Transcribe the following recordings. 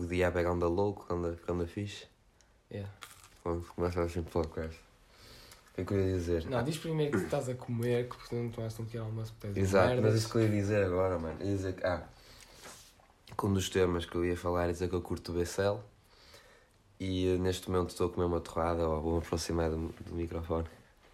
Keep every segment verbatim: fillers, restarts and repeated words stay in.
o dia pega anda louco, anda, anda fixe. Yeah. Vamos começar assim pelo podcast. O que é que eu ia dizer? Não, diz primeiro que tu estás a comer, que porque não tomaste um pequeno almoço, porque tens Exato, merdas. mas isso que eu ia dizer agora, mano. Eu ia dizer que, ah, que um dos temas que eu ia falar é dizer que eu curto o B C L. E neste momento estou a comer uma torrada, ou vou-me aproximar do, do microfone.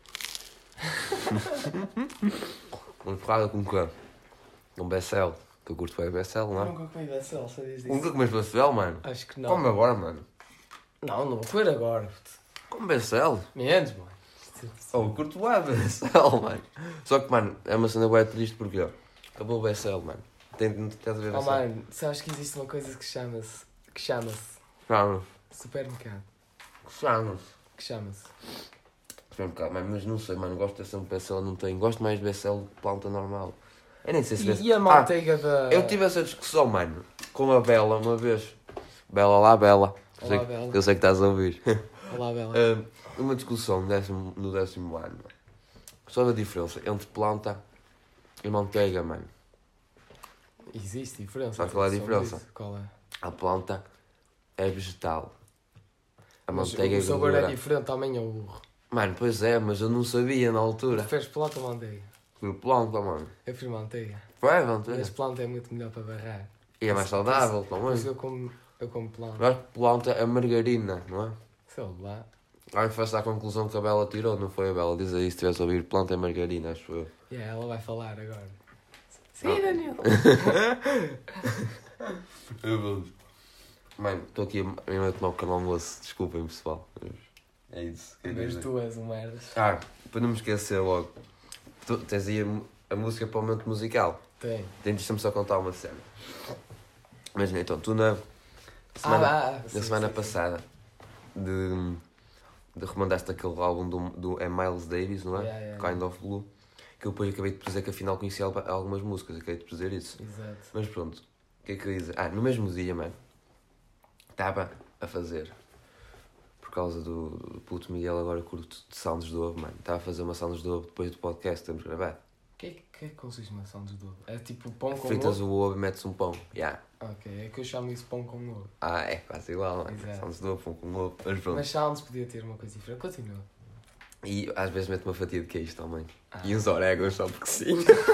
Uma torrada com quê? Um B C L. Que eu curto bem o B C L, não é? Nunca comi B C L, sabias disso? Nunca comeste B C L, mano? Acho que não. Come agora, mano. Não, não vou comer agora. Come B C L. Menos, mano. Oh, curto lá B C L, mano. Só que, mano, é uma cena bué triste porque, ó, acabou o B C L, mano. Tem, não estás a ver Oh, B C L? mano, sabes que existe uma coisa que chama-se... Que chama-se... Chama-se. Supermercado. Chama-se. Que chama-se... Supermercado, mano, mas não sei, mano, gosto dessa um B C L, não tenho. Gosto mais de B C L de planta normal. Eu nem sei se B C L... E, e a manteiga ah, da... Eu tive essa discussão, mano, com a Bela uma vez. Bela lá, Bela. Olá, sei, Bela. Eu sei que estás a ouvir. Olá, Bela. uh, uma discussão no décimo, no décimo ano. Só a diferença entre planta e manteiga, mano. Existe diferença. Sabe qual é a diferença? Disso. Qual é? A planta é vegetal. A Mas manteiga é o sabor gordura. é diferente também ao burro. Mano, pois é, mas eu não sabia na altura. Tu fez planta ou manteiga? Fui planta, mano. Eu fiz manteiga. Foi, manteiga. Mas planta é muito melhor para barrar. E é mais saudável Por também. isso eu como, eu como planta. Eu acho que planta é margarina, não é? Sei lá. Ai, foi essa a conclusão que a Bela tirou, não foi a Bela? Diz aí se tivesse a ouvir planta é margarina, acho eu. E yeah, ela vai falar agora. Sim, Ah. Daniel. Eu vou. Mano, estou aqui a tomar o canal almoço, desculpem pessoal. É isso. que eu ia Mas dizer. tu és um merdas. Ah, para não me esquecer logo. Tu tens aí a, a música para o momento musical. Tem. Deixa-me só contar uma cena. Imagina, então, tu na semana, ah, ah, na sim, semana sim, passada de, de remandaste aquele álbum do, do é Miles Davis, não é? Yeah, yeah, Kind of Blue. Que eu depois acabei de dizer que afinal conhecia algumas músicas, acabei de dizer isso. Exato. Mas pronto, o que é que eu ia dizer? Ah, no mesmo dia, mano, estava a fazer, por causa do, do puto Miguel agora curto de sounds do ovo, mano. Estava a fazer uma sounds do ovo depois do podcast que temos gravado. O que é que é que consiste uma ação de ovo? É tipo pão com Fritas ovo? o ovo e metes um pão. Yeah. Ok, é que eu chamo isso pão com ovo. Ah, é quase igual, mano. Exato. Sounds do ovo, pão com ovo, mas pronto. Mas sounds podia ter uma coisa diferente. Continua. E às vezes meto uma fatia de queijo também. Ah. E uns orégãos só porque sim.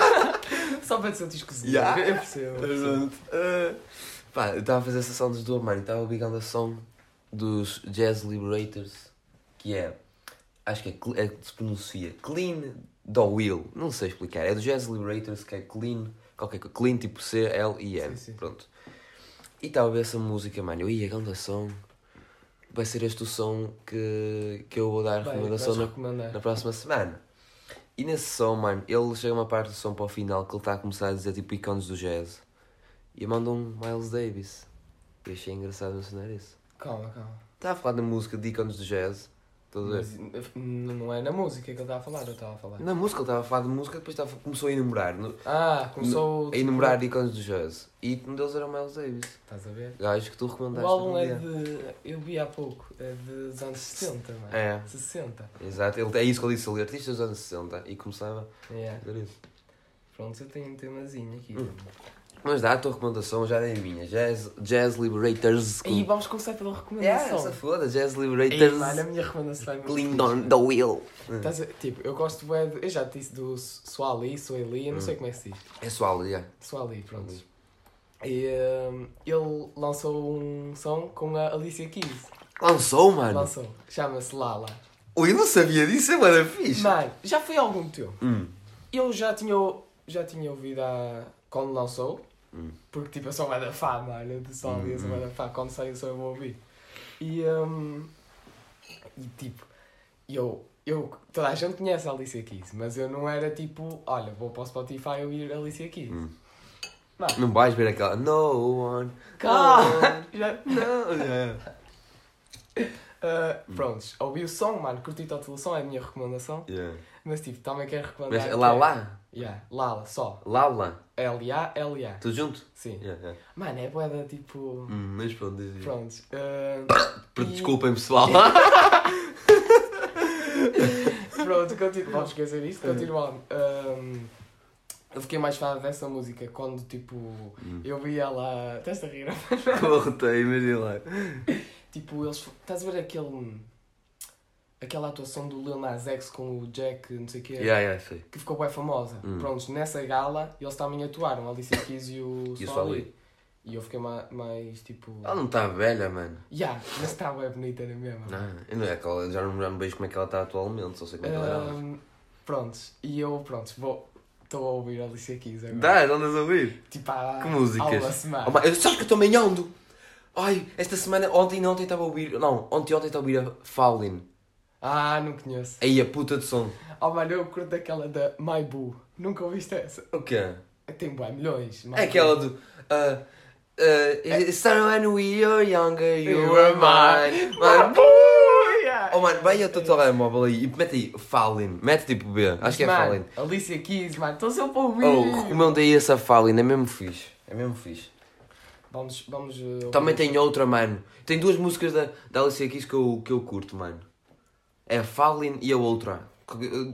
Só para te sentir cozinhar. Yeah. Eu percebo. Eu percebo. Uh, pá, eu estava a fazer essa sounds do ovo, mano. Estava ligando a som dos Jazz Liberators, que é, acho que é, é que se pronuncia Clean do Will, não sei explicar, é do Jazz Liberators, que é Clean, qualquer coisa, Clean tipo C L I N, Sim, sim. pronto. E estava a ver essa música, mano, eu ia, grande som, vai ser este o som que, que eu vou dar a Bem, recomendação vais na, recomendar. na próxima semana. E nesse som, mano, ele chega uma parte do som para o final que ele está a começar a dizer tipo ícones do jazz. E manda um Miles Davis. Eu achei engraçado mencionar isso. Calma, calma. Estava a falar da música de ícones do jazz. Estás a ver? Mas, n- não é na música que ele estava a falar, eu estava a falar. Na música, ele estava a falar de música, depois estava, começou a enumerar. No, Ah, começou... a enumerar ícones do jazz. E um deles era o Miles Davis. Estás a ver? Gajo que tu recomendaste. O álbum no é dia. de... Eu vi há pouco. É dos anos sessenta, mano. É. sessenta. Exato, ele, é isso que ele disse ali, artista dos anos sessenta. E começava Yeah. a dizer isso. Pronto, eu tenho um temazinho aqui. Hum. Mas dá a tua recomendação, já dei a minha. Jazz, jazz Liberators. E vamos começar pela recomendação. Yeah, essa foda, Jazz Ei, Liberators. mano, a minha recomendação é muito Clean fixe, on mano. the Wheel. Estás a- Tipo, eu gosto bué de... Eu já te disse do Swali, Swali, eu não sei como é que se diz. É suave, yeah. Swali, pronto. Swali. E hum, ele lançou um som com a Alicia Keys. Lançou, mano. Lançou. Chama-se Lala. Ui, eu não sabia disso, é mano, fixe. Mano, já foi há algum tempo. Hum. Eu já tinha, já tinha ouvido a... quando lançou. Hum. Porque tipo, eu sou bué da fã, mano. Eu sou Hum, eu sou bué da fã. Quando sai o som eu vou ouvir. E, hum, e tipo, eu, eu... Toda a gente conhece a Alicia Keys. Mas eu não era tipo... Olha, vou para o Spotify ouvir a Alicia Keys. Hum. Mano, Não vais ver aquela. No one. calma! Já... Não, yeah. Uh, prontos, ouvi o som, mano, curti tanto o som, é a minha recomendação. Yeah. Mas tipo, também quero recomendar. Mas lá que é- lá? Yeah, Lala, só. Lala. L A L A. Tudo junto? Sim. Yeah, yeah. Mano, é boeda tipo. Hum, mas pronto, diz isso. Prontos. Uh, e- Desculpem, pessoal. Pronto, continu... vamos esquecer isto, continuando. Um, Eu fiquei mais fã dessa música quando, tipo, Hum. eu vi ela... Estás a rir? Cortei, imagina lá. Tipo, eles... Estás a ver aquele... Aquela atuação do Lil Nas X com o Jack, não sei o quê, Yeah, yeah, sei. que ficou bem famosa. Hum. Prontos, nessa gala, eles também atuaram, a Alicia Keys e o E o Swally. Swally. E eu fiquei mais, mais tipo... Ela não está velha, mano. Yeah, mas estava bem bonita, era mesmo. Não, eu não é que ela, já, não, já não vejo como é que ela está atualmente, só sei como é que ela era. Um, prontos, e eu, prontos, vou... Estou a ouvir a Alicia Keys agora. Dá, andas a ouvir? Tipo, há, Que há músicas? uma semana. Oh, mas, eu- sabes que eu também ando? Ai, esta semana, ontem e ontem estava a ouvir. Não, ontem e ontem estava a ouvir a Fallin. Ah, não conheço. Aí a puta de som. Oh, mano, eu curto daquela da My Boo. Nunca ouviste essa? O quê? Tem bué milhões. My É aquela Boo. do. Uh, uh, Started when we were younger, you were mine. Mano, Yeah. oh mano, vai ao teu telemóvel aí e mete aí Fallin. Mete tipo B, acho que é Mano, Fallin. Alicia Keys, mano, estou sempre a ouvir. Oh, recomendo aí essa Fallin, é mesmo fixe. É mesmo fixe. Vamos, vamos... Uh, Também ouvir. tem outra, mano. Tem duas músicas da, da Alicia Keys que eu, que eu curto, mano. É a Fallin e a outra. Que- uh,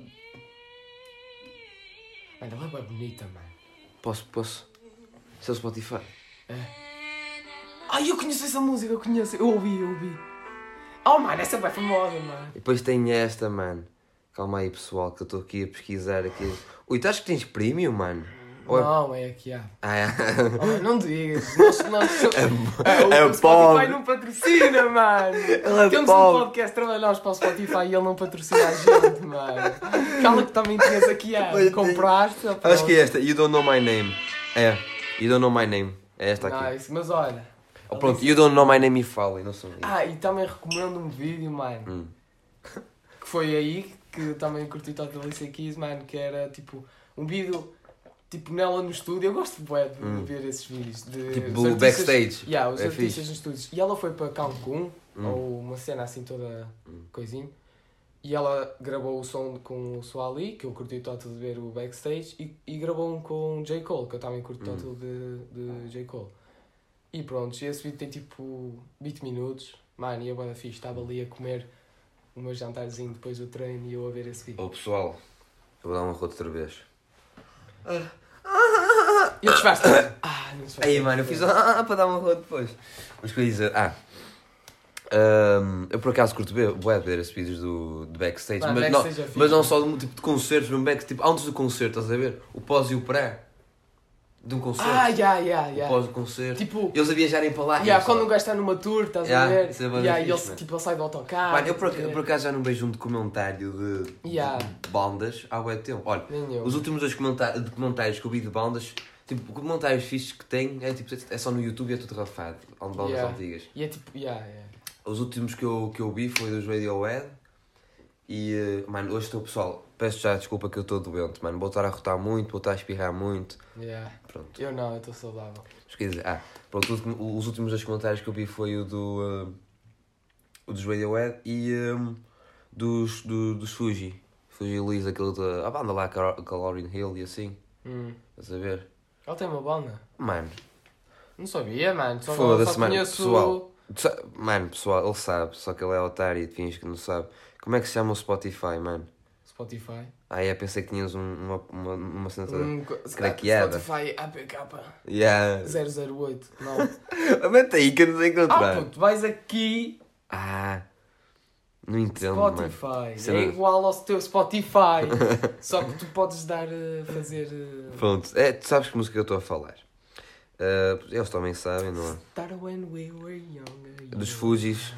Mano, ela é bem bonita, mano. Posso, posso? Seu Spotify. Ai, eu conheço essa música, eu conheço. Eu ouvi, eu ouvi. Oh, mano, essa é bem famosa, mano. E depois tem esta, mano. Calma aí, pessoal, que eu estou aqui a pesquisar aqui. Ui, tu achas que tens premium, mano? Ou é- Não, é aqui, há. Ah, é. Oh, mano, não digas. Nós, nós, É, o, é o Spotify pobre. não patrocina, mano. Ele é Temos pobre. um podcast, trabalhamos para o Spotify e ele não patrocina a gente, mano. Aquela que também tinhas aqui, há. Mas tem- Compraste. Acho que é esta. You Don't Know My Name. É. You Don't Know My Name. É esta aqui. Nice, mas olha. Oh, pronto, You Don't Know My Name e Fallin, não sou. Ah, e também recomendo um vídeo, mano. Hum. Que foi aí que também curti tanto da Alicia Keys, mano. Que era tipo um vídeo, tipo nela no estúdio. Eu gosto bué de Hum. ver esses vídeos. De Tipo os o artistas- backstage. Yeah, os É artistas fixe. nos estúdios. E ela foi para Cancún, Hum. ou uma cena assim toda Hum. coisinha. E ela gravou o som com o Swally, que eu curti tanto de ver o backstage. E, e gravou um com J. Cole, que eu também curto Hum. tanto de, de J. Cole. E pronto, esse vídeo tem tipo vinte minutos. Mano, e a banda fixe. Estava ali a comer o meu jantarzinho depois do treino e eu a ver esse vídeo. Oh, pessoal, eu vou dar uma rota outra vez. E eu desfaste. Ah, não desfaste. Aí, mano, eu fiz ah, para dar uma rota depois. Mas que eu ia dizer, ah. hum, eu por acaso curto ver, bué ver esses vídeos do, de backstage, Mano, mas, backstage não, é fixe. mas não só de, tipo, de concertos, mesmo back, tipo, antes do concerto, estás a ver? O pós e o pré de um concerto. Ah, já, já, O já. pós do concerto. Tipo, Eles a viajarem para lá. e yeah, eu quando só- um gajo está numa tour, estás Yeah, a ver? isso é bué Yeah, e fixe, ele, mano. tipo, ele sai do autocarro. Mano, eu por, não sei o quê. por acaso já não vejo um documentário de, Yeah. de bandas há bué tempo. Olha, Nem eu. os últimos dois comentários, documentários que eu vi de bandas, tipo, comentários fixes que tem, é, tipo, é só no YouTube e é tudo rafado, de bandas Yeah. antigas. E é tipo, yeah, yeah. Os últimos que eu, que eu vi foi dos Radiohead e, eh, mano, hoje estou, pessoal, peço já desculpa que eu estou doente, mano, vou estar a rotar muito, vou estar a espirrar muito, Yeah. pronto. Eu não, eu estou saudável. Mas quer dizer, ah, pronto, os últimos- os últimos dois comentários que eu vi foi o do, eh, o dos Radiohead e eh, dos, do, dos Fuji, Fuji Liz, aquele da, a banda lá, Cal- Calorian Hill e assim, Hum. estás a ver? Ele tem uma banda? Mano, Não sabia, mano. Só, Foda-se, só mano, conheço... pessoal. sa- mano, pessoal, ele sabe, só que ele é otário e finge que não sabe. Como é que se chama o Spotify, mano? Spotify. Ah, é, pensei que tinhas um, uma, uma, uma cena toda. Um, co- craqueada. Spotify A P K Yeah. zero zero oito. Não. Mete aí que eu não sei Ah, encontrar. puto, vais aqui... Ah, não entendo, mano. Spotify. Cena- É igual ao teu Spotify. Só que tu podes dar... eh, fazer... eh, Pronto, é, tu sabes que música eu estou a falar. Ah, eles também sabem, não é? Start when we were younger. Dos Fujis.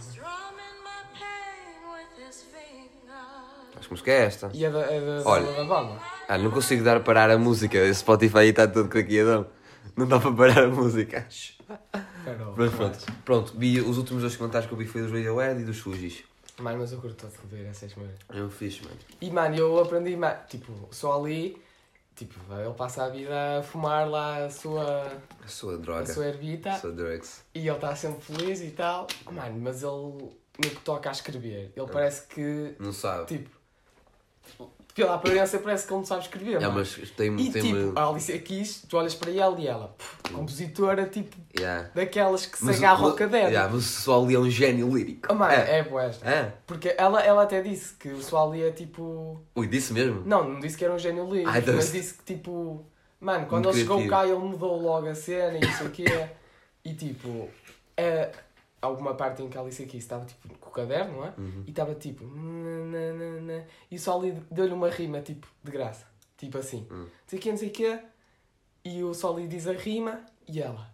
Acho que música é esta. E é da, é da, Olha. da banda. Ah, não consigo dar a parar a música. Esse Spotify aí está todo craqueadão. Não dá para parar a música. Carol. Mas pronto, pronto, vi, os últimos dois comentários que eu vi foi dos Radiohead e dos Fujis. Mano, mas eu curto de ver essas merdas. Eu fiz, mano. E mano, eu aprendi, mano, tipo, só ali, tipo, ele passa a vida a fumar lá a sua, A sua a droga. sua ervita A sua drugs. e ele está sempre feliz e tal. Mano, mas ele, no que toca a escrever, ele parece que, Não sabe. tipo, pela aparência parece que ele não sabe escrever, É, mano. mas tem, E tem tipo, a Alicia Keys, tu olhas para ela e ela, pff, compositora, tipo, yeah. daquelas que se Mas agarra o- ao caderno. Yeah, mas o Swally é um gênio lírico. Oh, mano, é. é boa esta. É. Porque ela, ela até disse que o Swally é tipo... Ui, disse mesmo? Não, não disse que era um gênio lírico, Ah, então mas isso- disse que tipo... Mano, quando Muito ele chegou criativo. cá ele mudou logo a cena e isso aqui. E tipo, é, há alguma parte em que a Alicia Keys estava tipo com o caderno, não é? Uhum. E estava tipo. nananana, e só ali deu-lhe uma rima tipo de graça. Tipo assim. Hum. Não sei o quê, não sei o quê. E o Soli diz a rima e ela.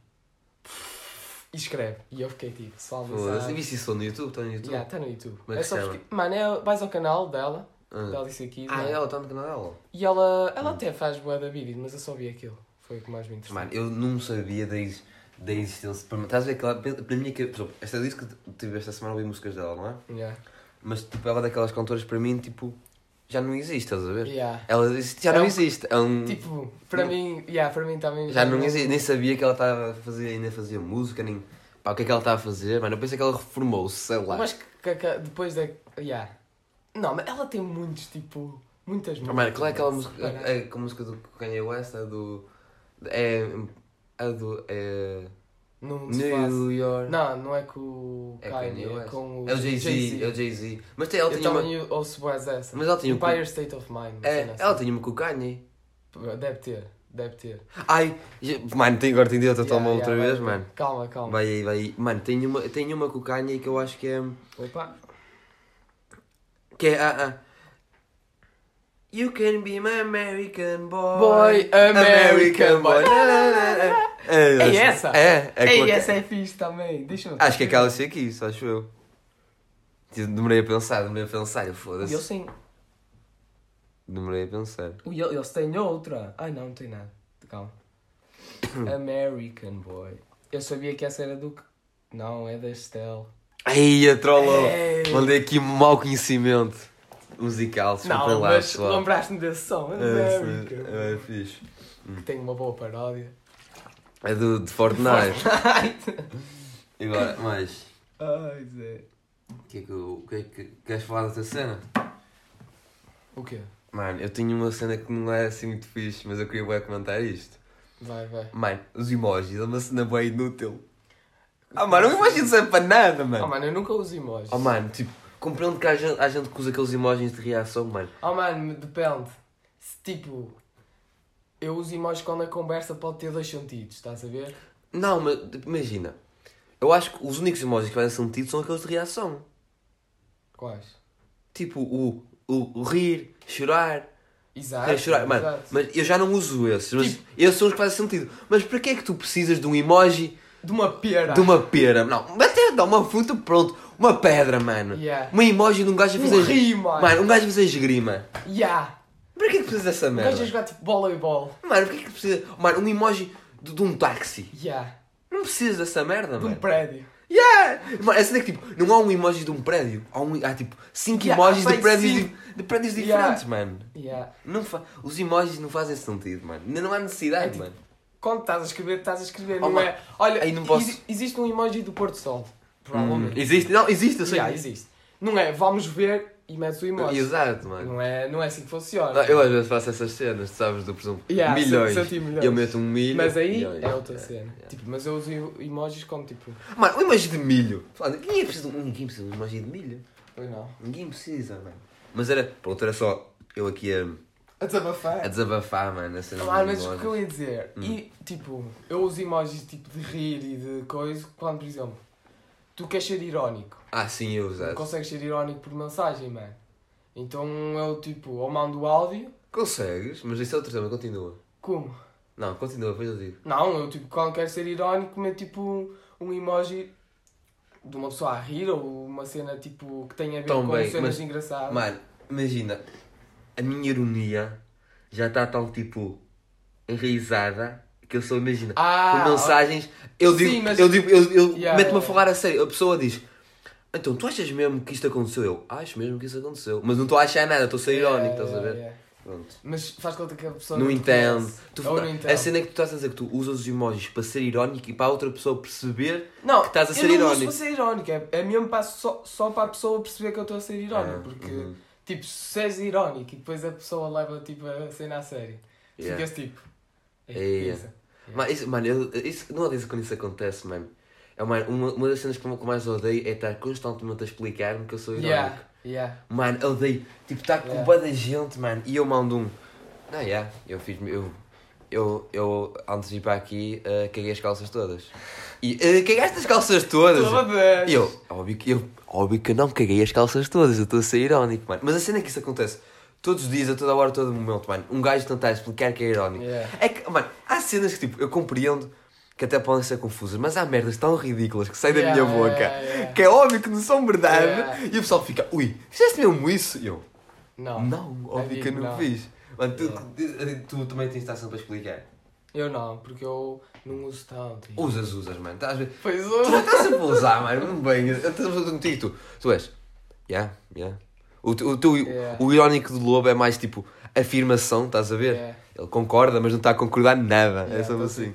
E escreve. E eu fiquei tipo, Soli Foda-se. sabe. E viste isso no YouTube? Está no YouTube? Yeah, está no YouTube. Como é É que só se chama? porque, mano, é, vais ao canal dela, Ah, da Alicia Keys. ah mano. ela está no canal dela. E ela, ela Hum. até faz bué da vídeo, mas eu só vi aquilo. Foi o que mais me interessou. Mano, eu não sabia da, ex- da existência. Para, estás a ver aquela. Para mim, que, por exemplo, esta disco que tive esta semana ouvi músicas dela, não é? Yeah. Mas tipo, ela é daquelas cantoras para mim, tipo, já não existe, estás a ver? Yeah. Ela existe, já É não um- existe. É um, Tipo, para não- mim, yeah, para mim também já não existe. Nem sabia que ela estava a fazer, ainda fazia música, nem. Pá, o que é que ela está a fazer? Mano, eu pensei que ela reformou-se, sei lá. Eu acho que, que- que depois da. Yeah. Não, mas ela tem muitos, tipo. Muitas Ah, músicas. mano, qual é aquela mano, música? separar. É, a música do Kanye West? É do. É. A do. É. Não se faz. New York. Não, não é com o É Kanye, Kanye é West. com o É o Jay-Z. É o Jay-Z. Mas tem, ela Eu tinha uma. também ouço boas essa. Mas ela tinha um. Empire State of Mind. uma É, cena ela assim. tinha uma com o Kanye. Deve ter, deve ter. Ai, já- mano, tem, agora tem direito a tomar Yeah, outra yeah, vez, vai, mano. Calma, calma. Vai aí, vai aí. Mano, tem uma, tem uma com o Kanye que eu acho que é. Opa. Que é. Ah, ah. You can be my American boy. Boy, American boy. Na, na, na, na. É, É essa? É, é Ei, com a- essa é fixe também. Deixa-me Acho que é aquela assim aqui, só acho eu. Demorei a pensar, demorei a pensar, eu E foda-se. eles têm. Demorei a pensar. Ui, eles têm outra. Ai não, não tem nada. Calma. American Boy. Eu sabia que essa era do. Não, é da Estelle. Ai, a trollou. Ei. Mandei aqui um mau conhecimento musical, desculpa Não, lá, mas pessoal. lembraste-me desse som. É, American. é, é fixe. Que tem uma boa paródia. É do, de Fortnite. Fortnite. E agora, mais. Ai, Zé. O que é que eu. O que é que. Queres falar dessa cena? O quê? Mano, eu tenho uma cena que não é assim muito fixe, mas eu queria bué comentar isto. Vai, vai. Mano, os emojis, é uma cena bem inútil. Ah, mano, um emoji não serve para nada, mano. Oh, mano, eu nunca uso emojis. Oh, mano, tipo, compreendo que há gente, há gente que usa aqueles emojis de reação, mano. Oh, mano, depende. Se, tipo, eu uso emojis quando a conversa pode ter dois sentidos, estás a ver? Não, mas tipo, imagina. Eu acho que os únicos emojis que fazem sentido são aqueles de reação. Quais? Tipo, o, o, o rir, chorar. Exato. Querer chorar. Mano, exato. mas eu já não uso esses. Mas Tipo- esses são os que fazem sentido. Mas para que é que tu precisas de um emoji De uma pera. de uma pera? Não, até dá uma fruta, pronto. Uma pedra, mano. Yeah. Uma emoji de um gajo a Um fazer. rio, mano. Mano, um gajo a fazer esgrima. Yeah. Para que é que precisas dessa Um merda? gajo a jogar tipo voleibol. Mano, para que é que precisa. Mano, um emoji de, de um táxi. Yeah. Não precisas dessa merda, De um mano. prédio. Yeah! Mano, essa é que tipo, não há um emoji de um prédio. Há, um, há tipo cinco Yeah, emojis de faz prédios, cinco. di- de prédios Yeah. diferentes, mano. Yeah. Não fa... Os emojis não fazem sentido, mano. Ainda não há necessidade, É tipo- mano. Quando estás a escrever, estás a escrever, Oh, não mano. é? Olha, Aí não posso- exi- existe um emoji do Porto Sol. Hum, Provavelmente. existe, não, existe, eu sei. Yeah, existe. Não é, vamos ver e metes o emoji. Exato, mano. Não é, não é assim que funciona. Não, eu às vezes faço essas cenas, tu sabes, do por exemplo, Yeah, milhões. cento e milhões. E eu meto um milho. Mas aí milhões. é outra Yeah, cena. yeah. Tipo, mas eu uso emojis como tipo. Mano, um emoji de milho. Falando, Ninguém precisa, de um- ninguém precisa de um emoji de milho. Pois não. Ninguém precisa, mano. Mas era, pronto, era só eu aqui a, A desabafar. a desabafar, mano. A cena Ah, dos mas o emojis. que eu ia dizer, Hum. e tipo, eu uso emojis tipo de rir e de coisa, quando, por exemplo, tu queres ser irónico, Ah, sim, eu não usava. consegues ser irónico por mensagem, mano. Então eu tipo, ou mando áudio, Consegues, mas isso é outro tema, continua. como? Não, continua, depois eu digo. Não, eu tipo, quando quero ser irónico, meto tipo um, um emoji de uma pessoa a rir ou uma cena tipo que tenha a ver Tão com bem, cenas mas- engraçadas. Mano, imagina, a minha ironia já está tão tipo enraizada que eu só imagina. Ah, com mensagens, eu digo, sim, mas- eu digo, eu, eu Yeah, meto-me a yeah. falar a sério. A pessoa diz: Então, tu achas mesmo que isto aconteceu? Eu acho mesmo que isso aconteceu, mas não estou a achar nada, estou a ser Yeah, irónico, estás a yeah, ver? yeah. Pronto. Mas faz conta que a pessoa Não te entende. conhece. Tu, Ou não não, entende. a cena é que tu estás a dizer que tu usas os emojis para ser irónico e para a outra pessoa perceber Não, que estás a ser eu não irónico. uso para ser irónico, é, é mesmo para, só, só para a pessoa perceber que eu estou a ser irónico, Ah, porque, uhum. tipo, se és irónico e depois a pessoa leva, tipo, a cena a sério, Yeah. ficas tipo... É, "Ei, yeah. pensa." Mano, isso, mano eu, isso, não é disso quando isso acontece, mano. É, mano uma, uma das cenas que eu que eu mais odeio é estar constantemente a explicar-me que eu sou irónico. Yeah, yeah. Mano, eu odeio. Tipo, está com Yeah. boa da gente, mano. E eu mando um. Ah, yeah, eu fiz. Eu, eu, eu antes de ir para aqui, uh, caguei as calças todas. E uh, cagaste as calças todas? Todas! E eu, óbvio que eu, óbvio que eu não caguei as calças todas, eu estou a ser irónico, mano. Mas a cena é que isso acontece todos os dias, a toda hora, a todo momento, mano. Um gajo tentar explicar que é irónico. Yeah. É que, mano, há cenas que tipo, eu compreendo que até podem ser confusas, mas há merdas tão ridículas que saem da Yeah, minha boca, yeah, yeah. que é óbvio que não são verdade, Yeah. e o pessoal fica, ui, fizeste mesmo isso? E eu, Não. não, óbvio digo que eu não, não. fiz. Mano, tu, Yeah. tu, tu também tens de estar sempre a explicar. Eu não, porque eu não uso tanto. Usas, usas, mano. Estás a ver? Pois Tu não uso. estás sempre a usar, mano. Não bem. Eu estou a fazer contigo e tu. Tu és. Yeah, yeah. O, o, teu, Yeah. o irónico do Lobo é mais tipo afirmação, estás a ver? Yeah. Ele concorda, mas não está a concordar nada. Yeah, é sempre tô assim.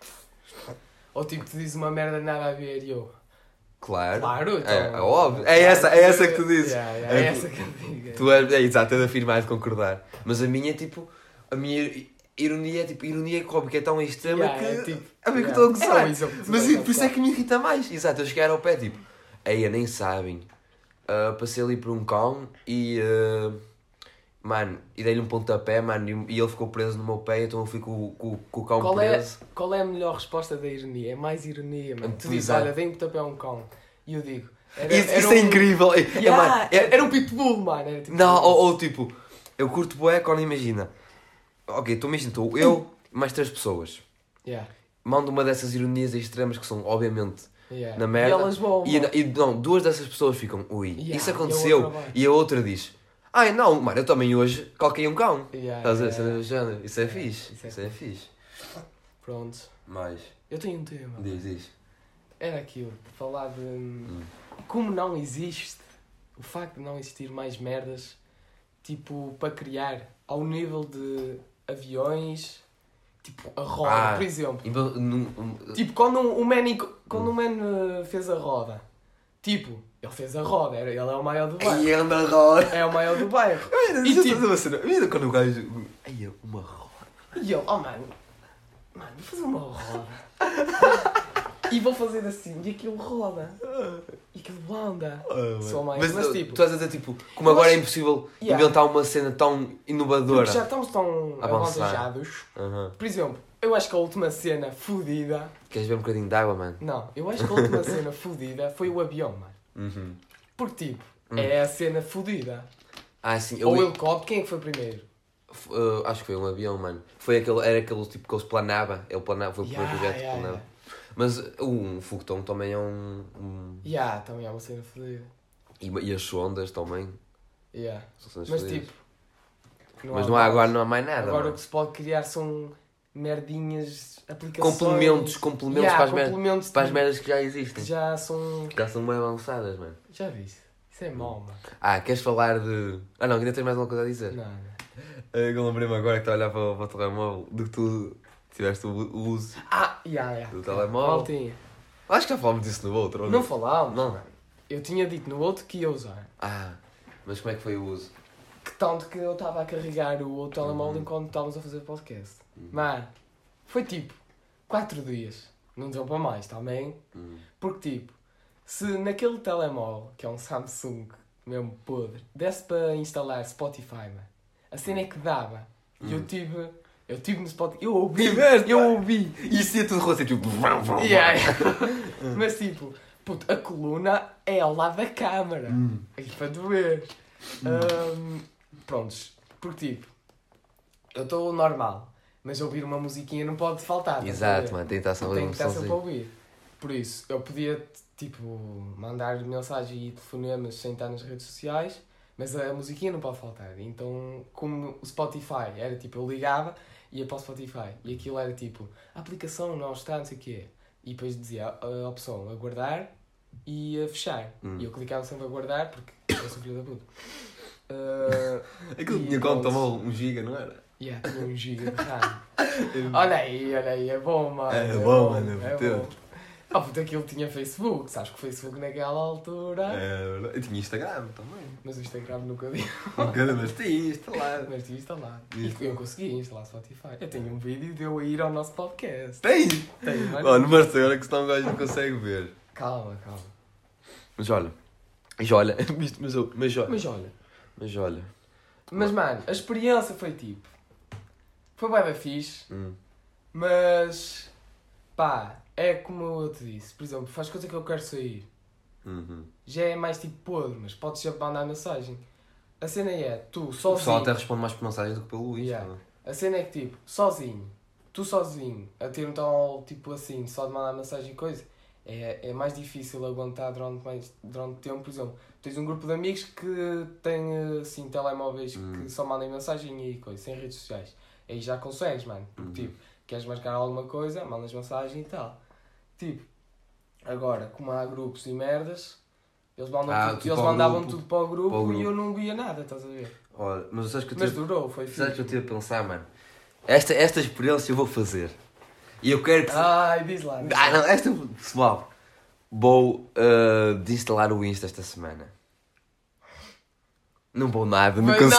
Ou tipo, tu dizes uma merda nada a ver e eu. Claro. Claro, então. É, é óbvio. É essa, é essa que tu dizes. Yeah, yeah, É é tu- essa que eu digo. Tu és, é exato, é de afirmar, é de concordar. Mas a minha é tipo. A minha ironia é tipo. Ironia cómica é tão extrema Yeah, que. é tipo, A ver que yeah. estou a gozar. É o exemplo que tu Mas estás a por isso é gozar. que me irrita mais. Exato, eu chegar ao pé tipo. Eia, nem sabem. Ah, passei ali por um cão e. ah, mano, e dei-lhe um pontapé, mano, e ele ficou preso no meu pé, então eu fui com, com, com o cão Qual é, preso. qual é a melhor resposta da ironia? É mais ironia, mano. Tu dizes, Exato. olha, dei-me tapé a um cão. E eu digo. Era, Isso, era isso um... é incrível. É, é, Yeah, mano, é- Era um pitbull, mano. Era, tipo, Não, ou, ou tipo, eu curto bué quando imagina. Ok, tu imagina, estou eu e mais três pessoas. Yeah, Mando uma dessas ironias extremas que são, obviamente, yeah. na merda. E elas vão. E, e não, duas dessas pessoas ficam, ui, Yeah, isso e a aconteceu. outra vai. E a outra diz, ai não, mano, eu também hoje calquei um cão. Yeah, Estás a ver? yeah, Cena do yeah. género. Isso é Yeah, fixe. isso é Isso é fixe. Pronto. Mais. Eu tenho um tema. Diz, diz. Era aquilo. Falar de. Hum. Como não existe. O facto de não existir mais merdas. Tipo, para criar. Ao nível de aviões. Tipo, a roda, Ah. por exemplo. E, bom, num- um- Tipo, quando um, um man, quando Hum. um man uh, fez a roda. Tipo, ele fez a roda. era- Ele é o maior do bairro. Ai, anda a roda. É o maior do bairro. Imagina, E deixa eu tipo- fazer uma cena. Imagina quando o gajo. Ai, uma roda. E eu, oh mano, mano, vou fazer uma roda. E vou fazer assim, e aquilo roda. E aquilo anda. Só mais. Mas, Mas, tu- tipo, tu estás a dizer, tipo, como eu agora é acho- impossível Yeah. inventar uma cena tão inovadora. porque já estamos tão Avançar. avançados. Aham. Por exemplo, eu acho que a última cena fodida. Queres ver um bocadinho de água, mano? Não, eu acho que a última cena fodida foi o avião, mano. Uhum. Porque, tipo, Hum. é a cena fodida. Ah, sim. Eu, Ou o helicóptero, quem é que foi primeiro? F- uh, acho que foi um avião, mano. Foi aquele, era aquele tipo que eles planava. Ele planava, foi o primeiro Yeah, projeto que yeah, planava. yeah. Mas uh, um foguetão também é um. um... Yeah, também é uma cena fodida. E, e as sondas também. Yeah. São cenas Mas fodidas. tipo. Mas não há, agora não há mais nada. Agora o mano. que se pode criar são merdinhas, aplicações. Complementos, complementos Yeah, para, as mer- complementos para as de- merdas que já que existem. já são. Já são bem avançadas, mano. Já viste? Isso é mau, mano. Ah, queres falar de. Ah não, ainda tens mais alguma coisa a dizer? Não, não. Eu lembrei-me agora que estou a olhar para, o- para o telemóvel de que tu tiveste o o uso. Ah, yeah, yeah. Do telemóvel. Maltinha. Acho que já falámos disso no outro, ou Não falámos. Não. mano. Eu tinha dito no outro que ia usar. Ah, mas como é que foi o uso? Que tanto que eu estava a carregar o outro telemóvel Uhum. enquanto estávamos a fazer podcast. Uhum. Mano, foi tipo quatro dias. Não deu para mais também. Hum. Porque tipo, se naquele telemóvel, que é um Samsung mesmo podre, desse para instalar Spotify, mano, a cena é que dava. E eu Hum. tive. Eu tive no Spotify. Eu ouvi. Tiveste, eu pá. ouvi. E isso ia tudo rolar tipo. Yeah, yeah. Mas tipo, puto, a coluna é ao lado da câmara. Hum. Aqui para tu ver. Um, prontos. Porque tipo, eu estou normal. Mas ouvir uma musiquinha não pode faltar. estás a Exato, ver? mano, tem que estar sempre a Tem um que estar sempre a somzinho. ouvir. Por isso, eu podia, tipo, mandar mensagem e telefonemas sem estar nas redes sociais, mas a musiquinha não pode faltar. Então, como o Spotify era tipo, eu ligava, ia para o Spotify e aquilo era tipo, a aplicação não está, não sei o quê. E depois dizia a, a opção aguardar e a fechar. Hum. E eu clicava sempre a aguardar porque eu sou filho da puta. Uh, Aquilo E tinha quanto pronto. tomou um giga, não era? yeah, tinha um giga de RAM. Olha aí, olha aí, é bom, mano. É bom, mano, é é potente. bom. Ah, puto, aquilo tinha Facebook. Sabes que o Facebook naquela altura. É, eu tinha Instagram também. Mas o Instagram nunca vi. Um bocado, mas tinha instalado. Mas tinha instalado. Isso. E eu consegui instalar Spotify. Eu tenho um vídeo de eu a ir ao nosso podcast. Tem! Tenho, mano. Olha, mas agora que senão o gajo não consegue ver. Calma, calma. Mas olha. Mas olha. Mas, eu- mas olha. Mas olha. Mas olha. Mas, mano, a experiência foi tipo. Foi bué da fixe. Hum. Mas, pá, é como eu te disse. Por exemplo, faz coisa que eu quero sair. Uhum. Já é mais tipo podre, mas podes sempre mandar mensagem. A cena é, tu O pessoal sozinho... até responde mais por mensagem do que pelo Insta. Yeah. A cena é que tipo, sozinho, tu sozinho, a ter um tal tipo assim, só de mandar mensagem e coisa, é, é mais difícil aguentar durante, mais, durante tempo. Por exemplo, tens um grupo de amigos que têm assim, telemóveis Hum. que só mandam mensagem e coisa, sem redes sociais. Aí já consegues, mano. Porque Uhum. tipo, queres marcar alguma coisa, mandas mensagem e tal. Tipo, agora, como há grupos e merdas, eles, mandam Ah, tudo, tipo eles ao mandavam grupo, tudo para o grupo, para o e eu grupo. não via nada, estás a ver? Olha, mas sabes que eu Mas tive, durou, foi sabes que eu fixe. tive a pensar, mano? Esta, esta experiência eu vou fazer. E eu quero que... Ai, diz lá. diz lá. Ah, não, esta... Pessoal, vou uh, desinstalar o Insta esta semana. Não vou nada, não Mas consigo.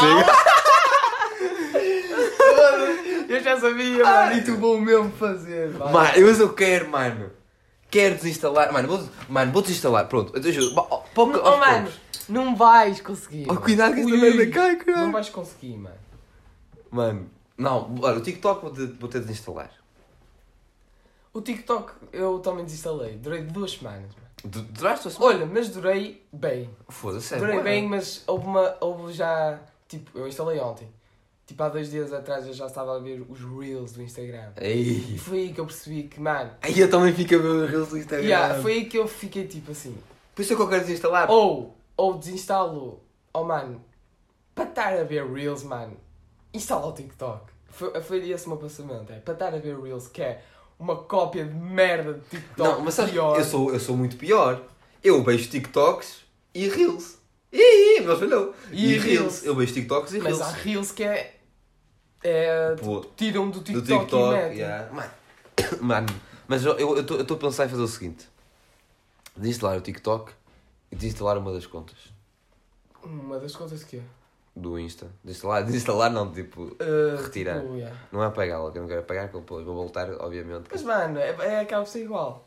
Eu já sabia, mano, e tu vou mesmo fazer. vai. Mano, mas eu quero, mano. Quero desinstalar. Mano, vou, mano, vou desinstalar. Pronto, eu te juro. Oh, pouco, Não, aos oh, mano, poucos. não vais conseguir. Oh, mano. cuidado que esta Ui, merda ui, cai, caralho. Não vais conseguir, mano. Mano, não, olha, o TikTok vou ter, vou ter de desinstalar. O TikTok eu também desinstalei. Durei duas semanas, mano. Du- Duraste a semana? Olha, mas durei bem. Foda-se, é Durei bué. bem, mas houve uma. Houve já. Tipo, eu instalei ontem. Tipo, há dois dias atrás eu já estava a ver os Reels do Instagram. E Ei. foi aí que eu percebi que, mano. Aí eu também fico a ver os reels do Instagram. Yeah, foi aí que eu fiquei tipo assim. Por isso é que eu quero desinstalar. Ou, ou desinstalo, oh mano, para estar a ver Reels, mano, instala o TikTok. Foi, foi esse o meu pensamento, é para estar a ver Reels, que é uma cópia de merda de TikTok. Não, mas sabes, pior. eu sou, eu sou muito pior. Eu vejo TikToks e Reels. Ih, não falhou. E E, Reels. Reels. Eu vejo TikToks e Mas Reels. há Reels que é. é Pô, tiram do do TikTok, TikTok, e metem. yeah. Mano, mano, mas eu estou a pensar em fazer o seguinte. Desinstalar o TikTok e desinstalar uma das contas Uma das contas que é. do Insta. Desinstalar, desinstalar não, tipo, Uh, Retirar. tipo, yeah. não é apagá-la, que eu não quero apagar, que eu depois vou voltar, obviamente. Mas mano, é, é acaba por ser igual.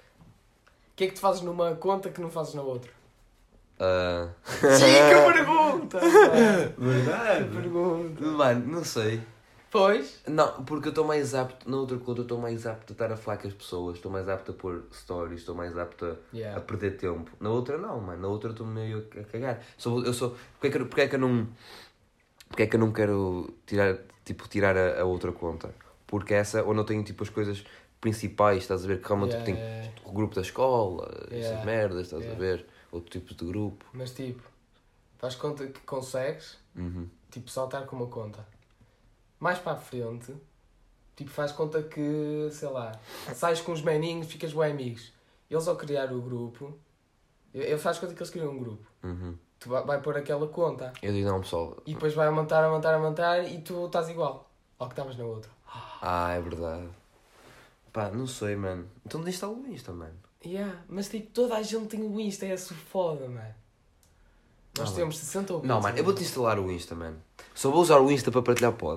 O que é que tu fazes numa conta que não fazes na outra? Ah. Chica pergunta! Que Verdade. pergunta! Mano, não sei. Pois? Não, porque eu estou mais apto, na outra conta eu estou mais apto a estar a falar com as pessoas, estou mais apto a pôr stories, estou mais apto a, a Yeah. perder tempo. Na outra não, mano, na outra eu estou meio a cagar. Sou, eu sou, porque é, que, porque é que eu não, porque é que eu não quero tirar, tipo, tirar a, a outra conta? Porque essa, onde eu tenho tipo as coisas principais, estás a ver, que realmente Yeah, tem yeah, yeah. o grupo da escola, Yeah. essas merdas, estás Yeah. a ver, outro tipo de grupo. Mas tipo, faz conta que consegues, Uhum. tipo, saltar com uma conta. Mais para a frente, tipo, faz conta que, sei lá, sais com os maninhos, ficas bem amigos. Eles ao criar o grupo, ele faz conta que eles criam um grupo. Uhum. Tu vai, vai pôr aquela conta Eu digo não, pessoal. e depois vai aumentar, aumentar, aumentar e tu estás igual ao que estavas na outra. Ah, é verdade. Pá, não sei, mano. Então desinstala o Insta, mano. Yeah, mas tipo, toda a gente tem o Insta, é essa foda, mano. Nós Ah, temos sessenta ouvintes. Não, mano, eu vou-te instalar o Insta, mano. Só vou usar o Insta para partilhar pod.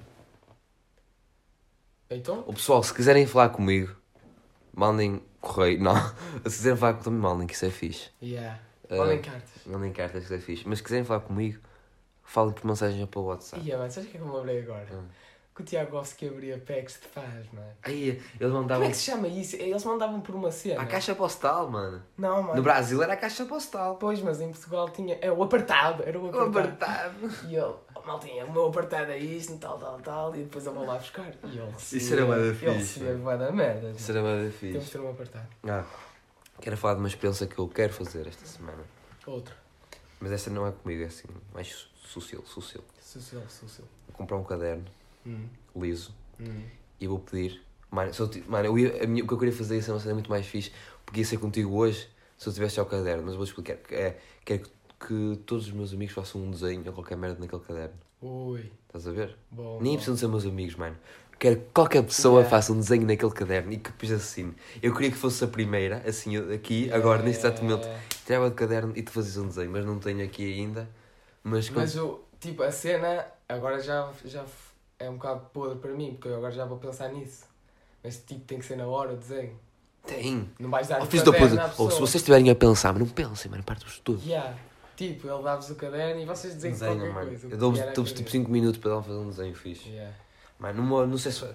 Então? O pessoal, se quiserem falar comigo, mandem correio. Não, se quiserem falar comigo, também mandem, que isso é fixe. Yeah. Ah, Mandem cartas. Mandem cartas, que isso é fixe. Mas se quiserem falar comigo, falem por mensagem para o WhatsApp. Ia, mano, sabes o que é que eu me lembrei agora? Hum. Que o Tiago Govski abria packs de faz, mano. Aí, eles Como mandavam é que se chama isso? Eles mandavam por uma cena. a caixa postal, mano. Não, mano. No Brasil era a caixa postal. Pois, mas em Portugal tinha. É o apartado, era o O apartado. apertado. E ele, oh, maltinha, o meu apartado é isto, tal, tal, tal. E depois eu vou lá buscar. E ele recebia. Isso era bué da Ele fixe, recebia bué da merda. Isso era mais Temos fixe. de ter um apartado. Ah, quero falar de uma experiência que eu quero fazer esta semana. Outro. Mas esta não é comigo, é assim, mais social, social. Social, social. Vou comprar um caderno Hum. liso Hum. e vou pedir. Mano, se eu, ti- mano eu ia, a minha, o que eu queria fazer ia ser uma cena muito mais fixe, porque ia ser contigo hoje se eu tivesse já o caderno. Mas eu vou explicar. que É, quero que, que todos os meus amigos façam um desenho ou qualquer merda naquele caderno. Ui, Estás a ver? bom. Nem bom. precisam ser meus amigos, mano. Quero que qualquer pessoa Yeah. faça um desenho naquele caderno e que depois assine. Eu queria que fosse a primeira, assim, eu- aqui, Yeah. agora, neste exato momento. Tirava de caderno e te fazias um desenho, mas não tenho aqui ainda. Mas, Mas o, tipo, a cena agora já, já f- é um bocado podre para mim, porque eu agora já vou pensar nisso. Mas tipo, tem que ser na hora o desenho. tem. Não vais dar Oh, o filhos da caderno puta. à Ou pessoa. se vocês estiverem a pensar, mas não pensem, mano, parte-vos tudo. Yeah. Tipo, ele dá-vos o caderno e vocês dizem Desenho, qualquer mano. coisa. Eu dou-vos Vier à dou-vos, tipo cabeça. cinco minutos para ela fazer um desenho fixe. Yeah. Mano, não, não sei se.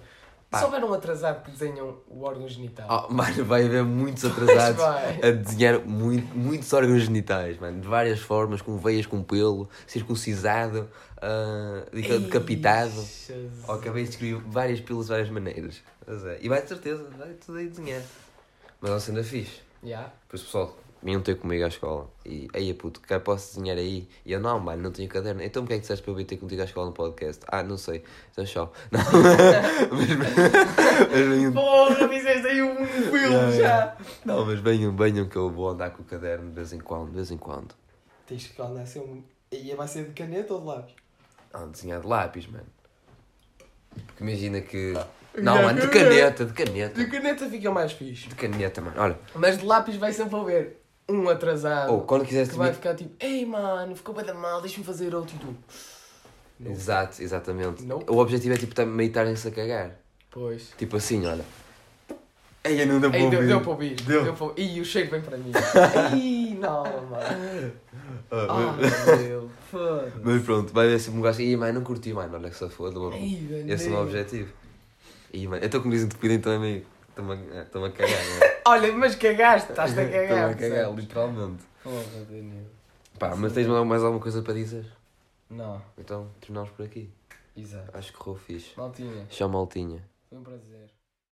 Pá. Se houver um atrasado que desenham o órgão genital. Oh, mano, vai haver muitos atrasados vai. a desenhar muito, muitos órgãos genitais, mano. De várias formas, com veias com pelo, circuncisado, uh, decapitado. Jesus. Oh, acabei de escrever várias pilas de várias maneiras. Mas é. E vai de certeza, vai tudo aí desenhar. Mas é uma cena fixe. Yeah. Pois pessoal, vinham ter comigo à escola. E aí, puto, que posso desenhar aí? E eu, não, mano, não tenho caderno. Então porquê é que disseste para eu vir ter contigo à escola no podcast? Ah, não sei. Então tchau. Não. mas, mas venham... Porra, fizeste aí um filme Yeah, já. yeah. Não, mas venham, venham que eu vou andar com o caderno de vez em quando, de vez em quando. Tens que andar a ser um... E vai ser de caneta ou de lápis? Ah, desenhar de lápis, mano. Porque imagina que... Não, mano, de caneta, de caneta. De caneta fica mais fixe. De caneta, mano. Olha. Mas de lápis vai sempre haver um atrasado. Ou quando quiseres... Que vai ficar tipo, ei mano, ficou bem da mal, deixa-me fazer outro e tu. Não. Exato, exatamente. Não. O objetivo é tipo tam- meio estarem-se a cagar. Pois. Tipo assim, olha. Ei, não deu para Ei, deu, ouvir. deu para ouvir. Deu. Deu para ouvir. Ih, o cheiro vem para mim. Ih, não, mano. Ah, Ah, mas, meu Deus. Foda-se. mas pronto, vai ver se um gajo... Ih, mano, não curti, mano. Olha que se foda. mano. Ei, meu Esse é o meu Deus. objetivo. Ih, mano, então como dizem, te pedem também... Estou-me a, estou-me a cagar, não é? Olha, mas cagaste, estás-te a Estou-me cagar. a cagar, percebes? literalmente. Porra, Daniel. Pá, mas tens mais alguma coisa para dizer? Não, Então, terminamos por aqui. exato. Acho que correu fixe. Maltinha, Tchau, maltinha. foi um prazer.